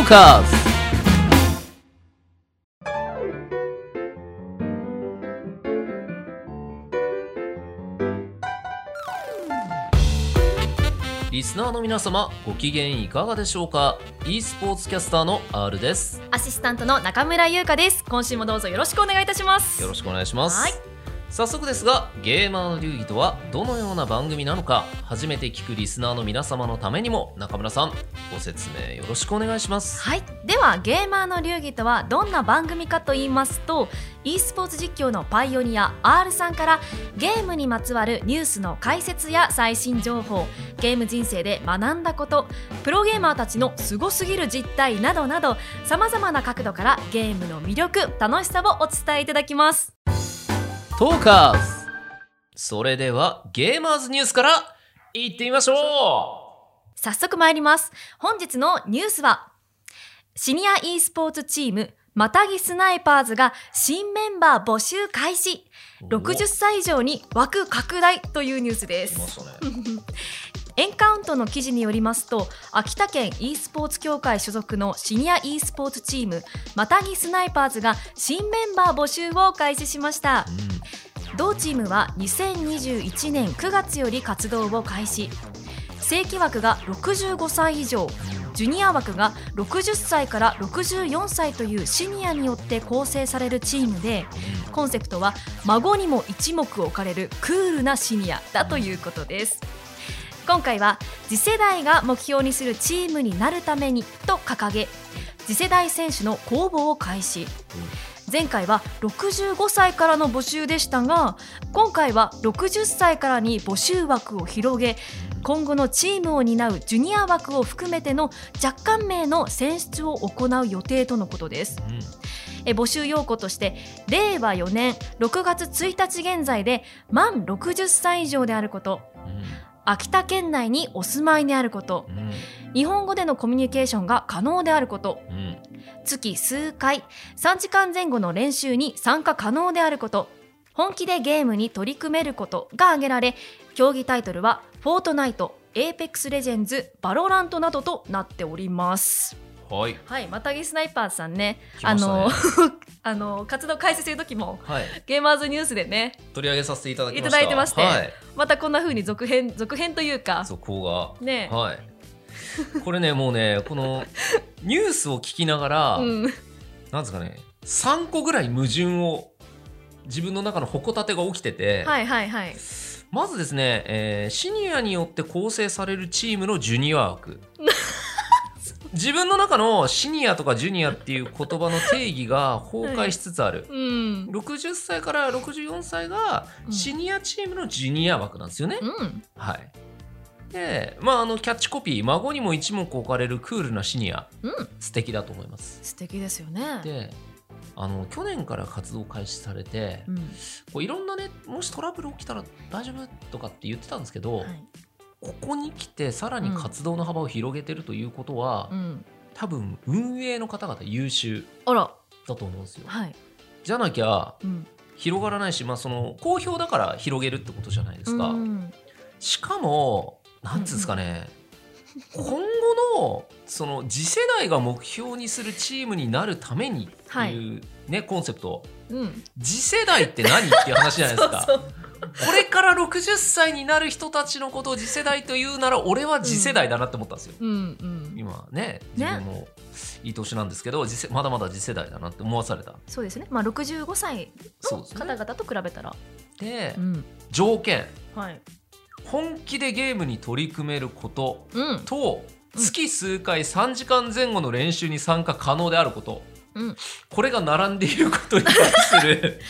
カーズ。リスナーの皆様、ご機嫌いかがでしょうか。 e スポーツキャスターの R です。 アシスタントの中村優香です。今週もどうぞよろしくお願いいたします。 よろしくお願いします。 はい、 早速ですが、ゲーマーの流儀とはどのような番組なのか、初めて聞くリスナーの皆様のためにも中村さん、ご説明よろしくお願いします。 はい、ではゲーマーの流儀とはどんな番組かと言いますと、 e スポーツ実況のパイオニア R さんからゲームにまつわるニュースの解説や最新情報、ゲーム人生で学んだこと、プロゲーマーたちのすごすぎる実態などなど、さまざまな角度からゲームの魅力、楽しさをお伝えいただきます。 トーカーズ。それではゲーマーズニュースからいってみましょう。 早速参ります。本日のニュースは、シニア e スポーツチームまたぎスナイパーズが新メンバー募集開始、60歳以上に枠拡大というニュースです。エンカウントの記事によりますと、秋田県 e スポーツ協会所属のシニア e スポーツチームまたぎスナイパーズが新メンバー募集を開始しました。同チームは2021年9月より活動を開始。正規枠が65歳以上、ジュニア枠が60歳から64歳というシニアによって構成されるチームで、コンセプトは孫にも一目置かれるクールなシニアだということです。今回は次世代が目標にするチームになるためにと掲げ、次世代選手の公募を開始。前回は65歳からの募集でしたが、今回は60歳からに募集枠を広げ、今後のチームを担うジュニア枠を含めての若干名の選出を行う予定とのことです。募集要項として、令和4年6月1日現在で満60歳以上であること、秋田県内にお住まいであること、日本語でのコミュニケーションが可能であること、月数回3時間前後の練習に参加可能であること、本気でゲームに取り組めることが挙げられ、競技タイトルはフォートナイト、エーペックスレジェンズ、バロラントなどとなっております。はい、またぎスナイパーズさんね、活動開始する時も、ゲーマーズニュースでね取り上げさせていただきました。 いてまして、またこんな風に続編というか続報がね、 これね、もうね、このニュースを聞きながら、なんですかね、3個ぐらい矛盾を自分の中のほこたてが起きてて、まずですね、シニアによって構成されるチームのジュニア枠自分の中のシニアとかジュニアっていう言葉の定義が崩壊しつつある、60歳から64歳がシニアチームのジュニア枠なんですよね。で、キャッチコピー、孫にも一目置かれるクールなシニア、素敵だと思います。 素敵ですよね。 で、去年から活動開始されて、こういろんなね、もしトラブル起きたら大丈夫とかって言ってたんですけど、ここに来てさらに活動の幅を広げてるということは、多分運営の方々優秀だと思うんですよ。じゃなきゃ、広がらないし、その好評だから広げるってことじゃないですか。しかもなんつうんですかね、今後のその次世代が目標にするチームになるためにっていうね、コンセプト、次世代って何っていう話じゃないですか。これから60歳になる人たちのことを次世代というなら、俺は次世代だなって思ったんですよ。今ね、自分もいい年なんですけど、まだまだ次世代だなって思わされた。 そうですね、65歳の方々と比べたら。 で、条件、本気でゲームに取り組めることと、月数回3時間前後の練習に参加可能であること、これが並んでいることに対する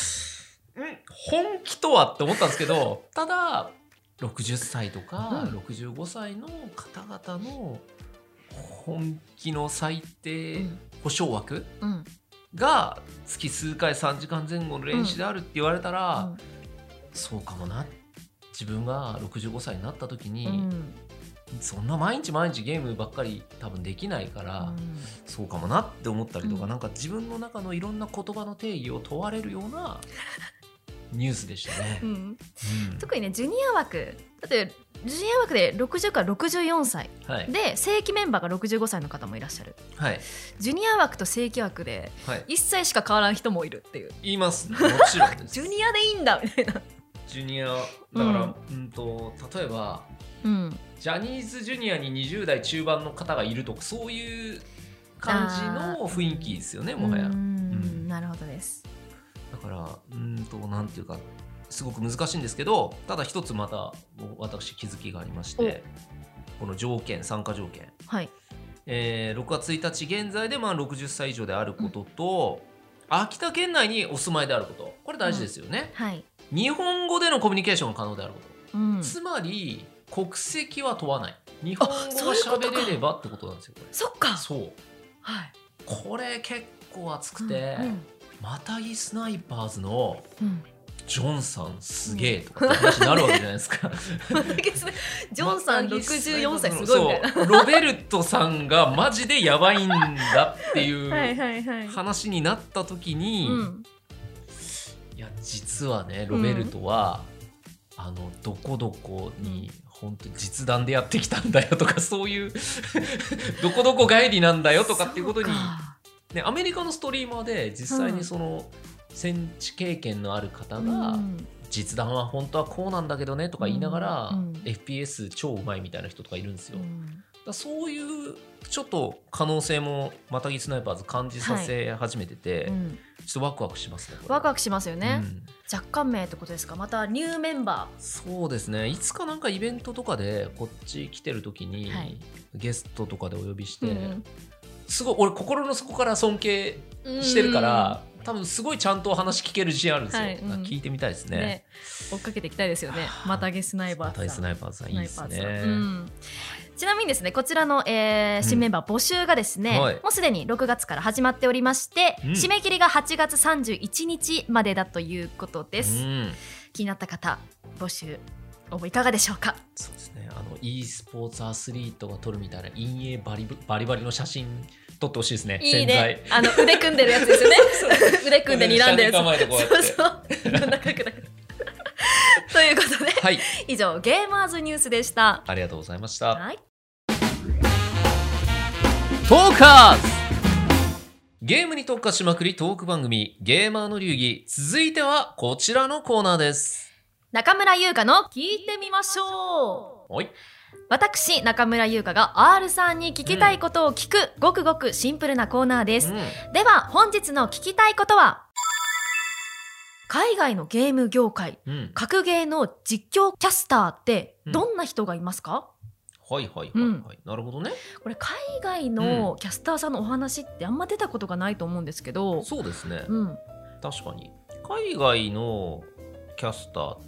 本気とはって思ったんですけど、ただ60歳とか65歳の方々の本気の最低保証枠が月数回3時間前後の練習であるって言われたら、そうかもな、自分が65歳になった時に、そんな毎日毎日ゲームばっかり多分できないから、そうかもなって思ったりとか、なんか自分の中のいろんな言葉の定義を問われるようなニュースでしたね。 特にね、ジュニア枠だってジュニア枠で60から64歳、 はい、 で正規メンバーが65歳の方もいらっしゃる、 はい、 ジュニア枠と正規枠で1歳しか変わらん人もいるっていう、 言います、もちろんですジュニアでいいんだみたいな。 ジュニアだから、例えば、ジャニーズジュニアに20代中盤の方がいるとかそういう感じの雰囲気ですよね、もはや。 なるほどです。 だからなんていうかすごく難しいんですけど、ただ一つまた私気づきがありまして、この条件、参加条件、はい、6月1日現在で60歳以上であることと、秋田県内にお住まいであること、これ大事ですよね、はい、日本語でのコミュニケーションが可能であること、つまり国籍は問わない、日本語が喋れればってことなんですよ。これそっか、 そう、はい、これ結構熱くて、マタギスナイパーズの、ジョンさんすげえとかって話になるわけじゃないですかジョンさん64歳すごいみたいな、 ロベルトさんがマジでやばいんだっていう話になった時に、いや実はねロベルトは、どこどこに本当に実弾でやってきたんだよとか、そういうどこどこ帰りなんだよとかっていうことに、ね、アメリカのストリーマーで実際にその、戦地経験のある方が、実弾は本当はこうなんだけどねとか言いながら、FPS 超うまいみたいな人とかいるんですよ。だそういうちょっと可能性もマタギスナイパーズ感じさせ始めてて、ちょっとワクワクしますね。 ワクワクしますよね、若干名ってことですか。またニューメンバー、 そうですね、いつかなんかイベントとかでこっち来てる時に、ゲストとかでお呼びして、すごい俺心の底から尊敬してるから、多分すごいちゃんと話聞ける自信あるんですよ、聞いてみたいですね。 追っかけていきたいですよね、マタギスナイパーズさん。マタギスナイパーズさんいいですね。ちなみにですね、こちらの、新メンバー募集がですね、もうすでに6月から始まっておりまして、締め切りが8月31日までだということです。気になった方募集応募いかがでしょうか。 そうですね、e スポーツアスリートが撮るみたいな陰影バリバリの写真撮ってほしいですね。 いいね、腕組んでるやつですよね腕組んで睨んでるやつ、そうそういろんな角度ということで、以上ゲーマーズニュースでした。 ありがとうございました。トーカーズ、ゲームに特化しまくりトーク番組ゲーマーの流儀、続いてはこちらのコーナーです。 中村優香の聞いてみましょう。私中村優香が R さんに聞きたいことを聞く、ごくごくシンプルなコーナーです。では本日の聞きたいことは、海外のゲーム業界、格ゲーの実況キャスターってどんな人がいますか？なるほどね。これ海外のキャスターさんのお話ってあんま出たことがないと思うんですけど。 そうですね、確かに海外のキャスターって、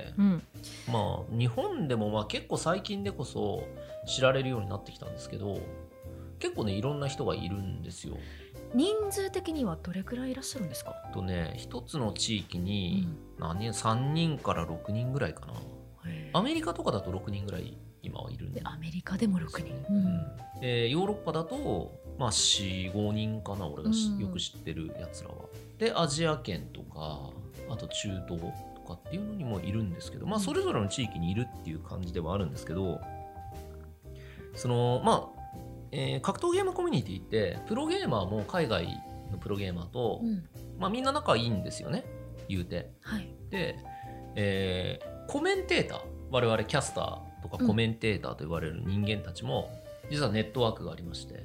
日本でも結構最近でこそ知られるようになってきたんですけど、結構ねいろんな人がいるんですよ。 人数的にはどれくらいいらっしゃるんですか？ 一つの地域に3人から6人ぐらいかな。アメリカとかだと6人ぐらい今はいるんで。 アメリカでも6人、 ヨーロッパだと4、5人かな、俺がよく知ってるやつらは。でアジア圏とかあと中東とかっていうのにもいるんですけど、それぞれの地域にいるっていう感じではあるんですけど、その格闘ゲームコミュニティってプロゲーマーも海外のプロゲーマーと、みんな仲いいんですよね、言うて。で、コメンテーター、我々キャスターとかコメンテーターと言われる人間たちも実はネットワークがありまして、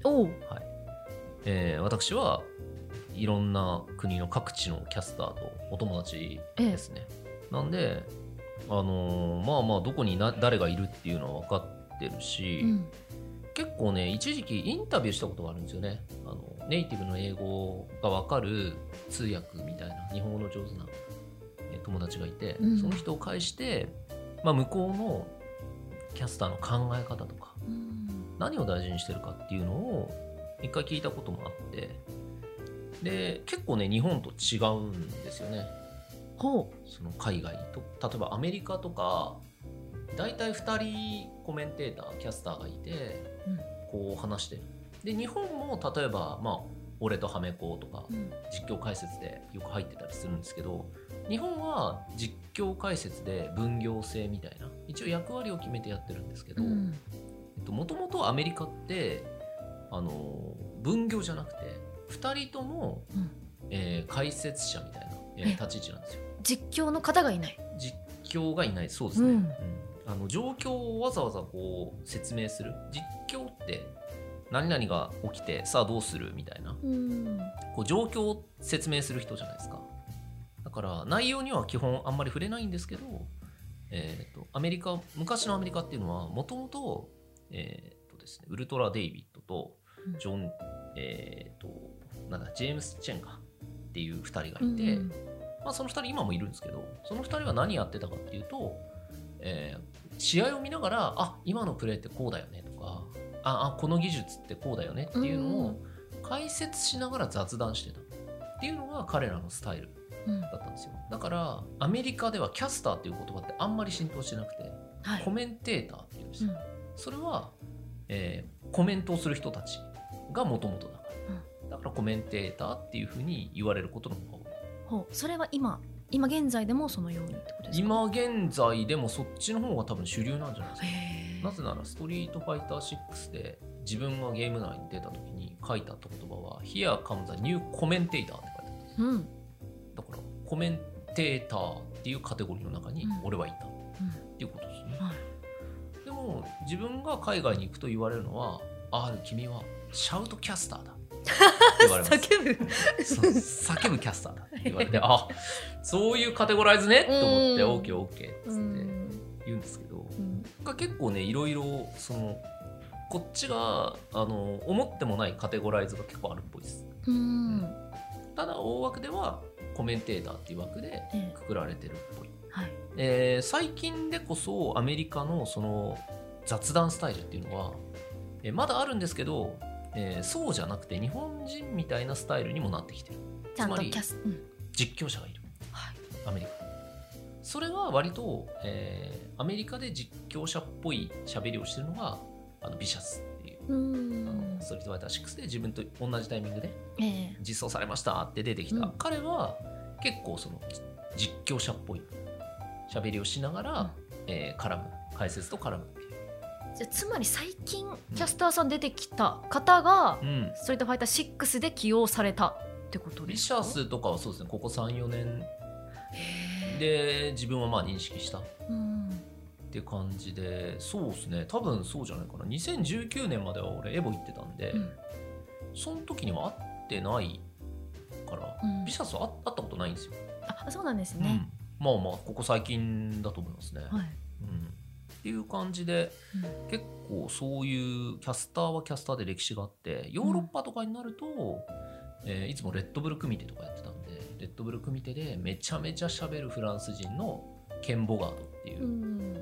私はいろんな国の各地のキャスターとお友達ですね。なんでどこに誰がいるっていうのは分かってるし、結構ね一時期インタビューしたことがあるんですよね。ネイティブの英語が分かる通訳みたいな日本語の上手な友達がいて、その人を介して、向こうのキャスターの考え方とか、何を大事にしてるかっていうのを一回聞いたこともあって、で結構ね日本と違うんですよね。その海外と、例えばアメリカとかだいたい2人コメンテーターキャスターがいて、こう話してる。で日本も例えば俺とハメコとか実況解説でよく入ってたりするんですけど、日本は実況解説で分業制みたいな、 一応役割を決めてやってるんですけど、もともとアメリカって分業じゃなくて2人とも、解説者みたいな、立ち位置なんですよ。 実況の方がいない。 実況がいない。そうですね、状況をわざわざこう説明する。実況って何々が起きてさあどうするみたいな、こう状況を説明する人じゃないですか。だから内容には基本あんまり触れないんですけど、昔のアメリカっていうのはもともとウルトラ・デイビッドとジョン、ジェームス・チェンかっていう2人がいて、その2人今もいるんですけど、その2人は何やってたかっていうと、試合を見ながら今のプレーってこうだよねとか、この技術ってこうだよねっていうのを解説しながら雑談してたっていうのが彼らのスタイルだったんですよ。だからアメリカではキャスターっていう言葉ってあんまり浸透してなくて、コメンテーターっていうんですよ。それは、コメントをする人たちがもともとだから、だからコメンテーターっていうふうに言われることの方が多い。 それは今現在でもそのようにってことですか？ 今現在でもそっちの方が多分主流なんじゃないですか。なぜならストリートファイター6で自分がゲーム内に出た時に書いた言葉は Here comes a new commentator って書いてあったんです、だからコメンテーターっていうカテゴリーの中に俺はいたっていうことですね、でも自分が海外に行くと言われるのは君はシャウトキャスターだって言われます叫ぶキャスターだって言われてそういうカテゴライズねと思って OKOK っつって言うんですけど、結構ねいろいろこっちが思ってもないカテゴライズが結構あるっぽいです、ただ大枠ではコメンテーターっていう枠でくくられてるっぽい、最近でこそアメリカのその雑談スタイルっていうのは、まだあるんですけど、そうじゃなくて日本人みたいなスタイルにもなってきてる。 ちゃんとつまり実況者がいる、アメリカ。それは割と、アメリカで実況者っぽい喋りをしてるのがビシャスっていう、ストリートファイター6で自分と同じタイミングで実装されましたって出てきた、彼は結構その実況者っぽい喋りをしながら、絡む、解説と絡むっていう。 じゃあつまり最近キャスターさん出てきた方が、ストリートファイター6で起用されたってことですか？ ビシャスとかはそうですね、ここ 3,4 年で自分は認識したっていう感じで、そうですね、多分そうじゃないかな。2019年までは俺エボ行ってたんで、その時には会ってないから、ビシャスは会ったことないんですよ。 そうなんですね、 ここ最近だと思いますね、っていう感じで、結構そういうキャスターはキャスターで歴史があって、ヨーロッパとかになると、いつもレッドブル組手とかやってたんで、レッドブル組手でめちゃめちゃ喋るフランス人のケン・ボガードっていう、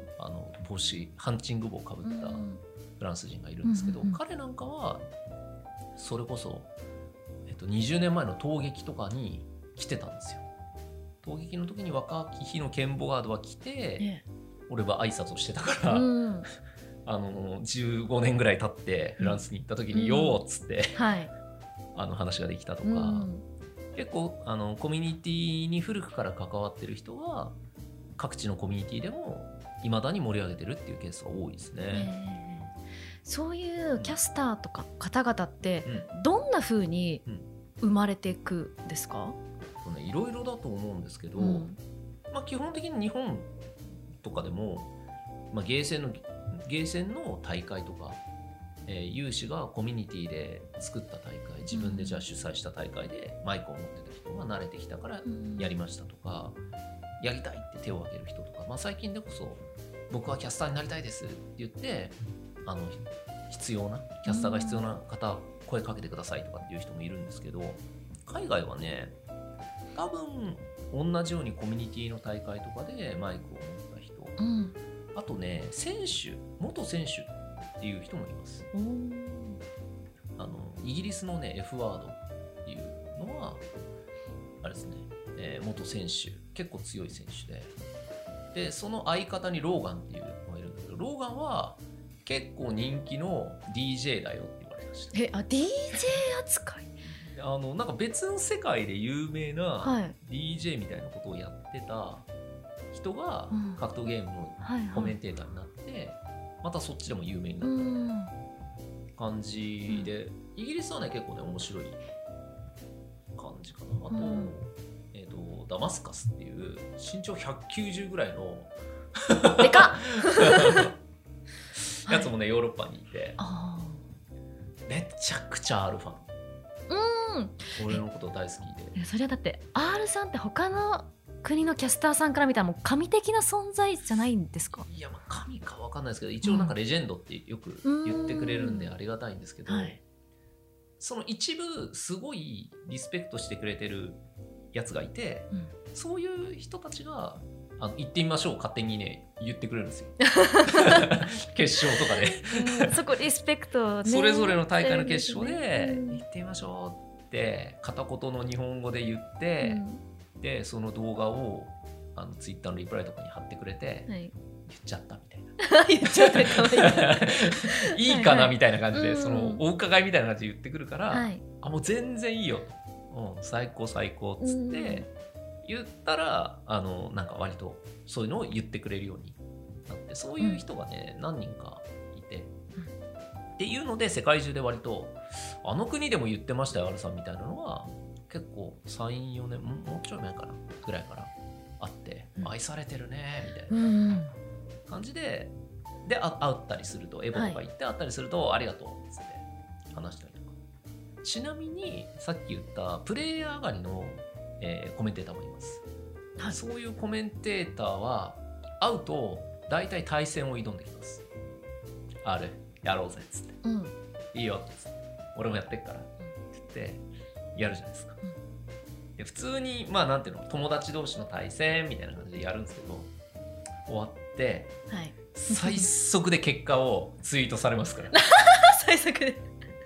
帽子ハンチング帽をかぶったフランス人がいるんですけど、彼なんかはそれこそ、20年前の闘撃とかに来てたんですよ。闘撃の時に若き日のケン・ボガードは来て、俺は挨拶をしてたから、15年ぐらい経ってフランスに行った時に、よーっつって、話ができたとか、結構コミュニティに古くから関わってる人は各地のコミュニティでも未だに盛り上げてるっていうケースが多いですね、 そういうキャスターとか方々ってどんな風に生まれていくんですか？ いろいろだと思うんですけど、基本的に日本とかでも、ゲーセンの大会とか、有志がコミュニティで作った大会、自分でじゃあ主催した大会でマイクを持ってた人が慣れてきたからやりましたとか、やりたいって手を挙げる人とか、最近でこそ僕はキャスターになりたいですって言って、必要なキャスターが必要な方、声かけてくださいとかっていう人もいるんですけど、海外はね、多分同じようにコミュニティの大会とかでマイクを持った人、あとね、元選手っていう人もいます。イギリスのね F ワードっていうのはあれですね、元選手、結構強い選手で、その相方にローガンっていうのがいるんだけど、ローガンは結構人気の DJ だよって言われました。 DJ 扱い？ なんか別の世界で有名な DJ みたいなことをやってた人人が格闘ゲームのコメンテーターになって、またそっちでも有名になった感じで、イギリスはね結構ね面白い感じかな。あと、ダマスカスっていう身長190ぐらいのでかっやつもね、ヨーロッパにいて、めちゃくちゃ R ファン。俺のこと大好きで。 それはだって R さんって他の国のキャスターさんから見たらもう神的な存在じゃないんですか？ いや、まあ神か分かんないですけど、一応なんかレジェンドってよく言ってくれるんでありがたいんですけど、その一部すごいリスペクトしてくれてるやつがいて、そういう人たちが行ってみましょう勝手にね言ってくれるんですよ決勝とかでそこリスペクト、ね、 それぞれの大会の決勝で行ってみましょうって片言の日本語で言って、でその動画をツイッターのリプライとかに貼ってくれて、言っちゃったみたいな言っちゃったいいかなみたいな感じで、そのお伺いみたいな感じで言ってくるから、もう全然いいよ、最高最高っつって言ったら、なんか割とそういうのを言ってくれるようになって、そういう人がね、何人かいて、っていうので世界中で割とあの国でも言ってましたよ R さんみたいなのは結構 3,4 年もうちょい前かなぐらいからあって、愛されてるねみたいな感じで、会ったりするとエボとか行って会ったりすると、ありがとうっつって話したりとか。ちなみにさっき言ったプレイヤー上がりのコメンテーターもいます、そういうコメンテーターは会うと大体対戦を挑んできます。あれやろうぜっつって、いいよっつって、俺もやってっからって言ってやるじゃないですか、で普通にまあなんていうの、友達同士の対戦みたいな感じでやるんですけど、終わって、最速で結果をツイートされますから最速で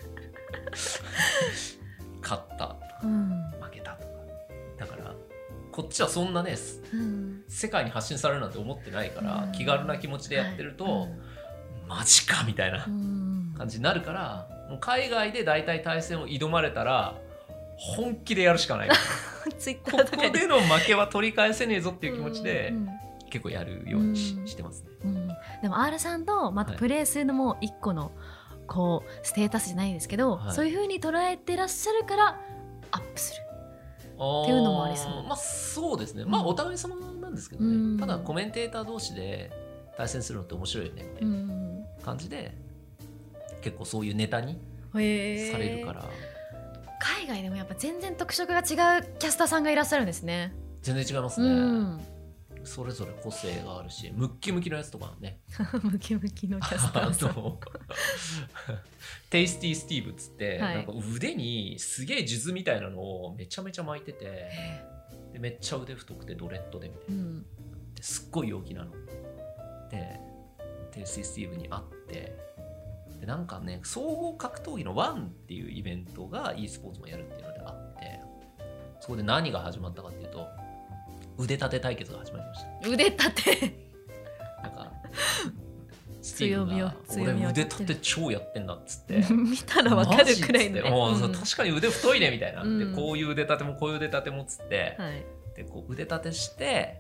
勝ったとか、負けたとか。だからこっちはそんなね、世界に発信されるなんて思ってないから、気軽な気持ちでやってると、マジかみたいな感じになるから、もう海外で大体対戦を挑まれたら本気でやるしかないツイッターとかここでの負けは取り返せねえぞっていう気持ちで結構やるようにしてますね。 でも R さんとまたプレーするのも一個のこうステータスじゃないですけど、そういう風に捉えてらっしゃるからアップするっていうのもありそう。 まあそうですね、まあお互い様なんですけどね、ただコメンテーター同士で対戦するのって面白いよねみたいな感じで、結構そういうネタにされるから。 海外でもやっぱ全然特色が違うキャスターさんがいらっしゃるんですね。 全然違いますね、それぞれ個性があるし、ムッキムキのやつとかねムキムキのキャスターさんテイスティースティーブっつって、なんか腕にすげえ数珠みたいなのをめちゃめちゃ巻いてて、でめっちゃ腕太くてドレッドでみたいな、ですっごい陽気なので、テイスティースティーブに会って、でなんかね、総合格闘技のワンっていうイベントが e スポーツもやるっていうのであって、そこで何が始まったかっていうと、腕立て対決が始まりました。 腕立てなんかスティーブが俺腕立て超やってんだっつって見たら分かるくらいのね、 確かに腕太いねみたいな、でこういう腕立てもこういう腕立てもっつって、でこう腕立てして、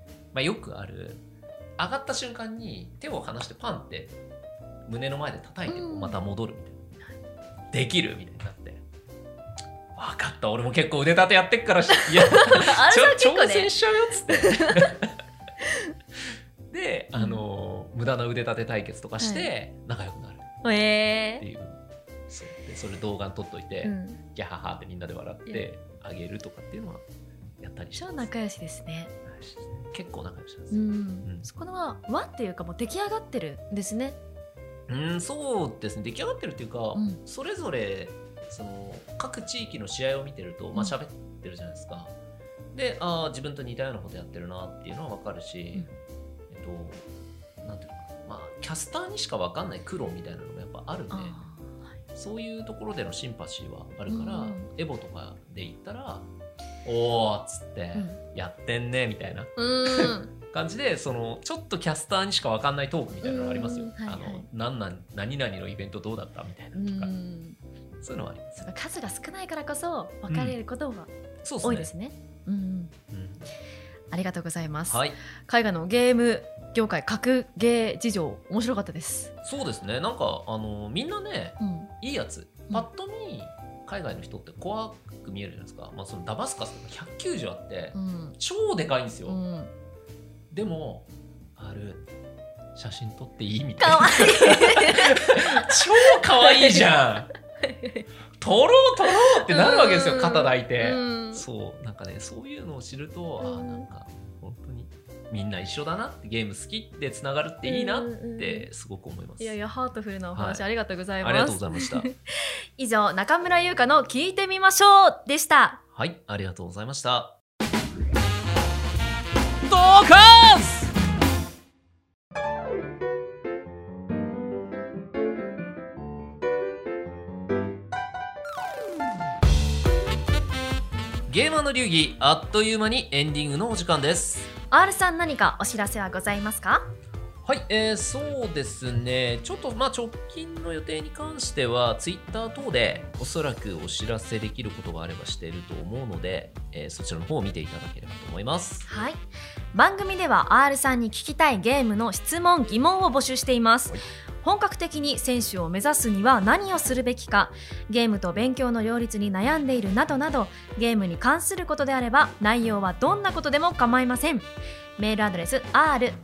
よくある上がった瞬間に手を離してパンって胸の前で叩いてまた戻るみたいな、できるみたいになって、分かった俺も結構腕立てやってっからいや挑戦しちゃうよっつってで無駄な腕立て対決とかして仲良くなるっていう、それ動画に撮っといて、ギャハハってみんなで笑ってあげるとかっていうのはやったりしてます。 超仲良しですね。 結構仲良しなんです。 そこの輪っていうかもう出来上がってるんですね。 そうですね、出来上がってるっていうか、それぞれその各地域の試合を見てると喋ってるじゃないですか。で、自分と似たようなことやってるなっていうのは分かるし、なんていうのかな、キャスターにしか分かんない苦労みたいなのもやっぱあるんで、そういうところでのシンパシーはあるから、エボとかで言ったらおーっつって、やってんねみたいな感じで、そのちょっとキャスターにしか分かんないトークみたいなのがありますよ。何々のイベントどうだったみたいなとか、そういうのはあります。 数が少ないからこそ分かれることが多いですね。 ありがとうございます、 はい、 海外のゲーム業界格ゲー事情面白かったです。 そうですね。なんかみんなね、いいやつうんパッと見海外の人って怖く見えるじゃないですか。まあ、そのダマスカスとか190あって、超でかいんですよ、でも写真撮っていいみたいな。 かわいい超かわいいじゃん。撮ろうってなるわけですよ、肩抱いて。そうなんかね、そういうのを知ると、なんか本当にみんな一緒だなって、ゲーム好きってつながるっていいなってすごく思います。 いやいや、ハートフルなお話、ありがとうございます。 ありがとうございました以上、中村優香の聞いてみましょうでした。 はい、ありがとうございました。ドカンスゲーマーの流儀、あっという間にエンディングのお時間です。 R さん、何かお知らせはございますか？ はい、そうですね、ちょっと直近の予定に関してはツイッター等でおそらくお知らせできることがあればしていると思うので、そちらの方を見ていただければと思います。 はい、番組では R さんに聞きたいゲームの質問・疑問を募集しています、はい、本格的に選手を目指すには何をするべきか、ゲームと勉強の両立に悩んでいるなどなど、ゲームに関することであれば内容はどんなことでも構いません。メールアドレス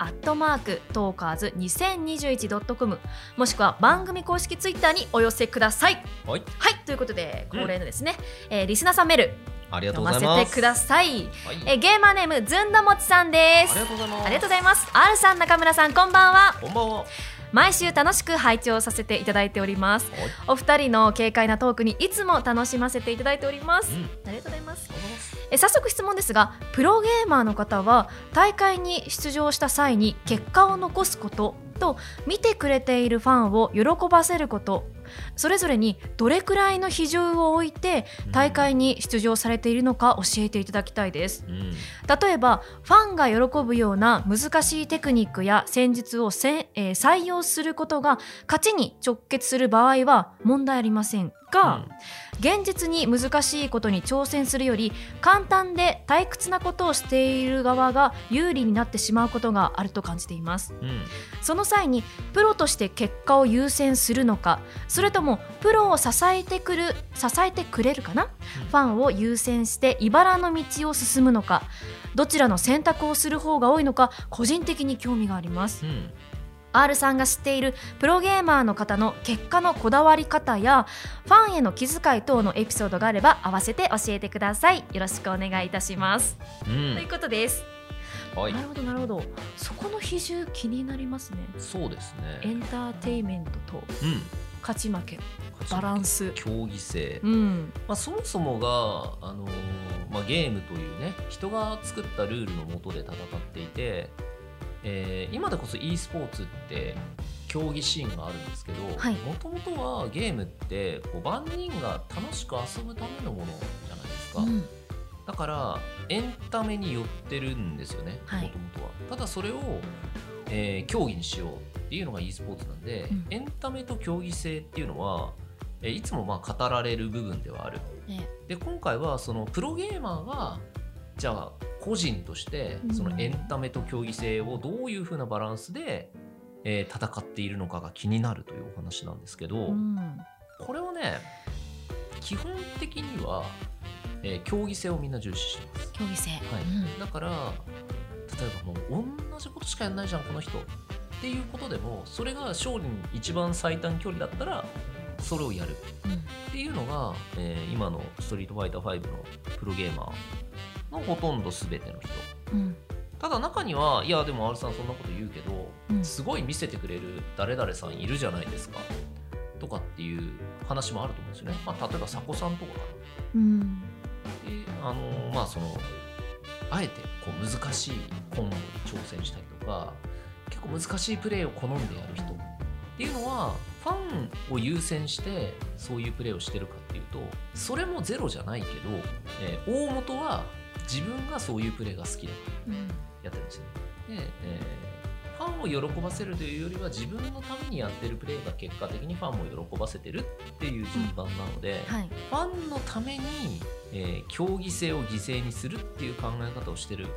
r@talkers2021.com もしくは番組公式ツイッターにお寄せください。はい、はい、ということで恒例のですね、リスナーさんメールありがとうございます。 読ませてください。はい、ゲーマーネームずんだもちさんです。 ありがとうございます。 ありがとうございます。 R さん、中村さん、こんばんは。 こんばんは。 毎週楽しく拝聴させていただいております。お二人の軽快なトークにいつも楽しませていただいております、ありがとうございます。早速質問ですが、プロゲーマーの方は大会に出場した際に結果を残すことと見てくれているファンを喜ばせること、それぞれにどれくらいの比重を置いて大会に出場されているのか教えていただきたいです、例えばファンが喜ぶような難しいテクニックや戦術を採用することが勝ちに直結する場合は問題ありませんが、現実に難しいことに挑戦するより簡単で退屈なことをしている側が有利になってしまうことがあると感じています、その際にプロとして結果を優先するのか、それともプロを支えてくれるかな、ファンを優先して茨の道を進むのか、どちらの選択をする方が多いのか、個人的に興味があります、R さんが知っているプロゲーマーの方の結果のこだわり方やファンへの気遣い等のエピソードがあれば合わせて教えてください。よろしくお願いいたします、ということです。なるほどなるほど。そこの比重気になりますね。 そうですね。 エンターテインメントと勝ち負け、バランス、 競技性、そもそもがゲームというね、人が作ったルールの下で戦っていて、今でこそ e スポーツって競技シーンがあるんですけど、もともとはゲームって万人が楽しく遊ぶためのものじゃないですか、だからエンタメに寄ってるんですよね、もともとは。ただそれを、競技にしようっていうのが e スポーツなんで、エンタメと競技性っていうのはいつも語られる部分ではある、で今回はそのプロゲーマーがじゃあ個人としてそのエンタメと競技性をどういう風なバランスで、戦っているのかが気になるというお話なんですけど、これをね、基本的には、競技性をみんな重視します。 競技性、 だから例えばもう同じことしかやんないじゃんこの人っていうことでも、それが勝利に一番最短距離だったらそれをやるっていうのが、今のストリートファイター5のプロゲーマーのほとんど全ての人、ただ中にはいやでも R さんそんなこと言うけど、すごい見せてくれる誰々さんいるじゃないですかとかっていう話もあると思うんですよね。例えばサコさんとかかな、でそのあえて難しいコンボに挑戦したりとか、結構難しいプレーを好んでやる人っていうのはファンを優先してそういうプレーをしてるかっていうと、それもゼロじゃないけど、大元は自分がそういうプレーが好きだからやってるんですよね。で、ファンを喜ばせるというよりは自分のためにやってるプレーが結果的にファンも喜ばせてるっていう順番なので、ファンのために、競技性を犠牲にするっていう考え方をしてるプ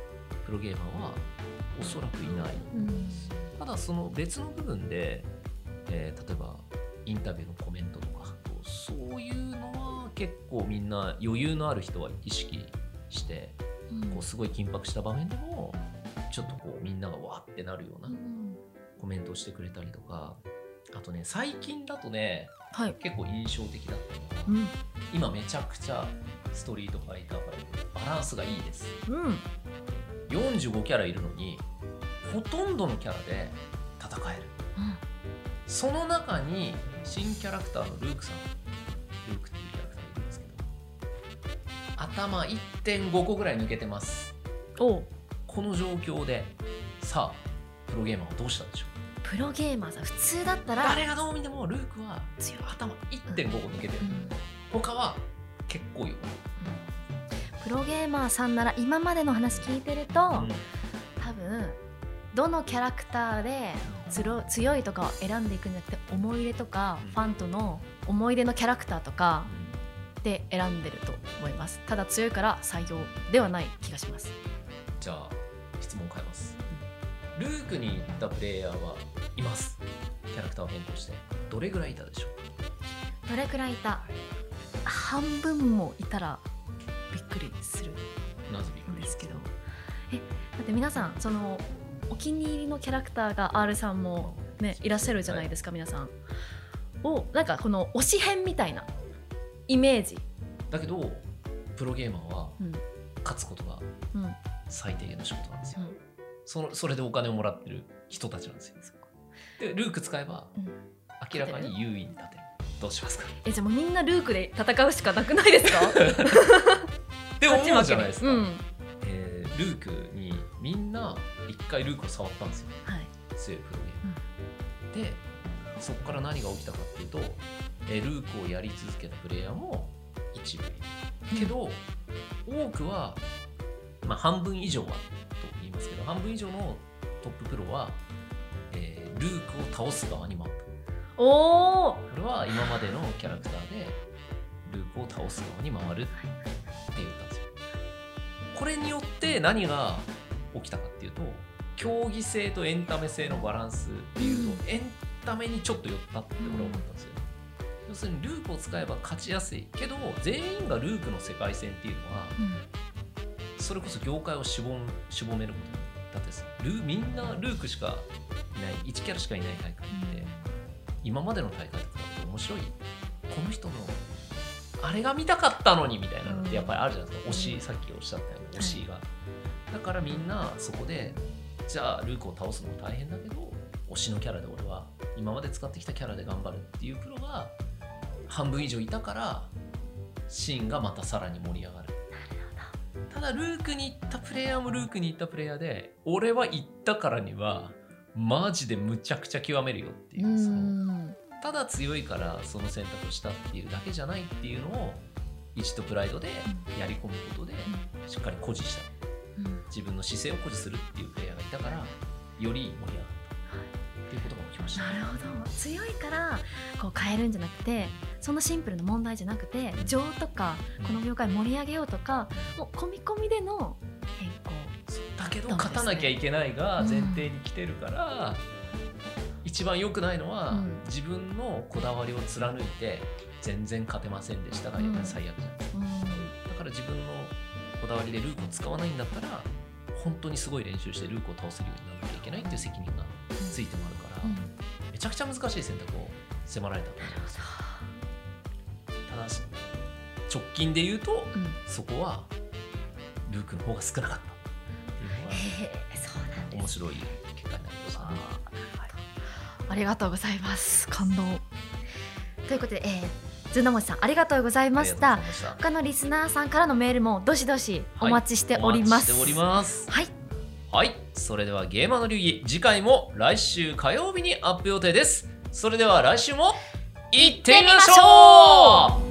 プロゲーマーはおそらくいない、ただその別の部分で、例えばインタビューのコメントとかそういうのは結構みんな余裕のある人は意識して、こうすごい緊迫した場面でもちょっとこうみんながわーってなるようなコメントをしてくれたりとか、あとね最近だとね、結構印象的だったのは、今めちゃくちゃストリートファイター5バランスがいいです、45キャラいるのにほとんどのキャラで戦える、その中に新キャラクターのルークさん、ルークっていうキャラクターがいるんですけど、頭 1.5 個ぐらい抜けてます。この状況でさあプロゲーマーはどうしたんでしょう。 プロゲーマーさん普通だったら誰がどう見てもルークは頭 1.5 個抜けてる、他は結構よ、 プロゲーマーさんなら今までの話聞いてると、多分どのキャラクターで強いとかを選んでいくんじゃなくて、思い入れとか、ファンとの思い出のキャラクターとかで選んでると思います。ただ強いから採用ではない気がします。 じゃあ質問変えます、ルークに行ったプレイヤーはいます。キャラクターを変更してどれぐらいいたでしょう。 どれくらいいた？半分もいたらびっくりするんですけど、だって皆さんそのお気に入りのキャラクターが R さんも、ね、いらっしゃるじゃないですか、皆さんをなんかこの推し編みたいなイメージだけど、プロゲーマーは勝つことが最低限の仕事なんですよ、それでお金をもらってる人たちなんですよ。でルーク使えば明らかに優位に立てる。どうしますか。 じゃあもうみんなルークで戦うしかなくないですかって思うじゃないですか、ルークにみんな一回ルークを触ったんですよ、強いプロゲーム、でそこから何が起きたかっていうと、ルークをやり続けたプレイヤーも一部いるけど、多くは、半分以上はと言いますけど、半分以上のトッププロは、ルークを倒す側に回った。これは今までのキャラクターでルークを倒す側に回るって言ったんですよ。これによって何が起きたかっていうと、競技性とエンタメ性のバランスっていうと、エンタメにちょっと寄ったって俺は思ったんですよ。要するにルークを使えば勝ちやすいけど、全員がルークの世界線っていうのは、それこそ業界をしぼめることにだってみんなルークしかいない1キャラしかいない大会って今までの大会とかって面白い、この人のあれが見たかったのにみたいなのってやっぱりあるじゃないですか、推し、さっきおっしゃったように推しが、だからみんなそこでじゃあルークを倒すのも大変だけど、推しのキャラで俺は今まで使ってきたキャラで頑張るっていうプロが半分以上いたから、シーンがまたさらに盛り上がる。ただルークに行ったプレイヤーもルークに行ったプレイヤーで、俺は行ったからにはマジでむちゃくちゃ極めるよっていう、ただ強いからその選択をしたっていうだけじゃないっていうのを意地とプライドでやり込むことでしっかり誇示した、自分の姿勢を誇示するっていうプレイヤーがいたから、より盛り上がったっていうことが起きました。 なるほど。強いからこう変えるんじゃなくて、そのシンプルな問題じゃなくて、情とかこの業界盛り上げようとか、もう込み込みでの変更だけど勝たなきゃいけないが前提に来てるから、一番良くないのは、自分のこだわりを貫いて全然勝てませんでしたがやっぱり最悪じゃないですか、だから自分のこだわりでルークを使わないんだったら、本当にすごい練習してルークを倒せるようにならなきゃいけないっていう責任がついてもあるから、めちゃくちゃ難しい選択を迫られたと思います。ただ直近で言うと、そこはルークの方が少なかったっていうのは面白い結果になりましたね。 ありがとうございます。感動ということで、ずんだもちさんありがとうございました。他のリスナーさんからのメールもどしどしお待ちしております。 お待ちしております。 はい、 はい、それではゲーマーの流儀、次回も来週火曜日にアップ予定です。それでは来週も行ってみましょう。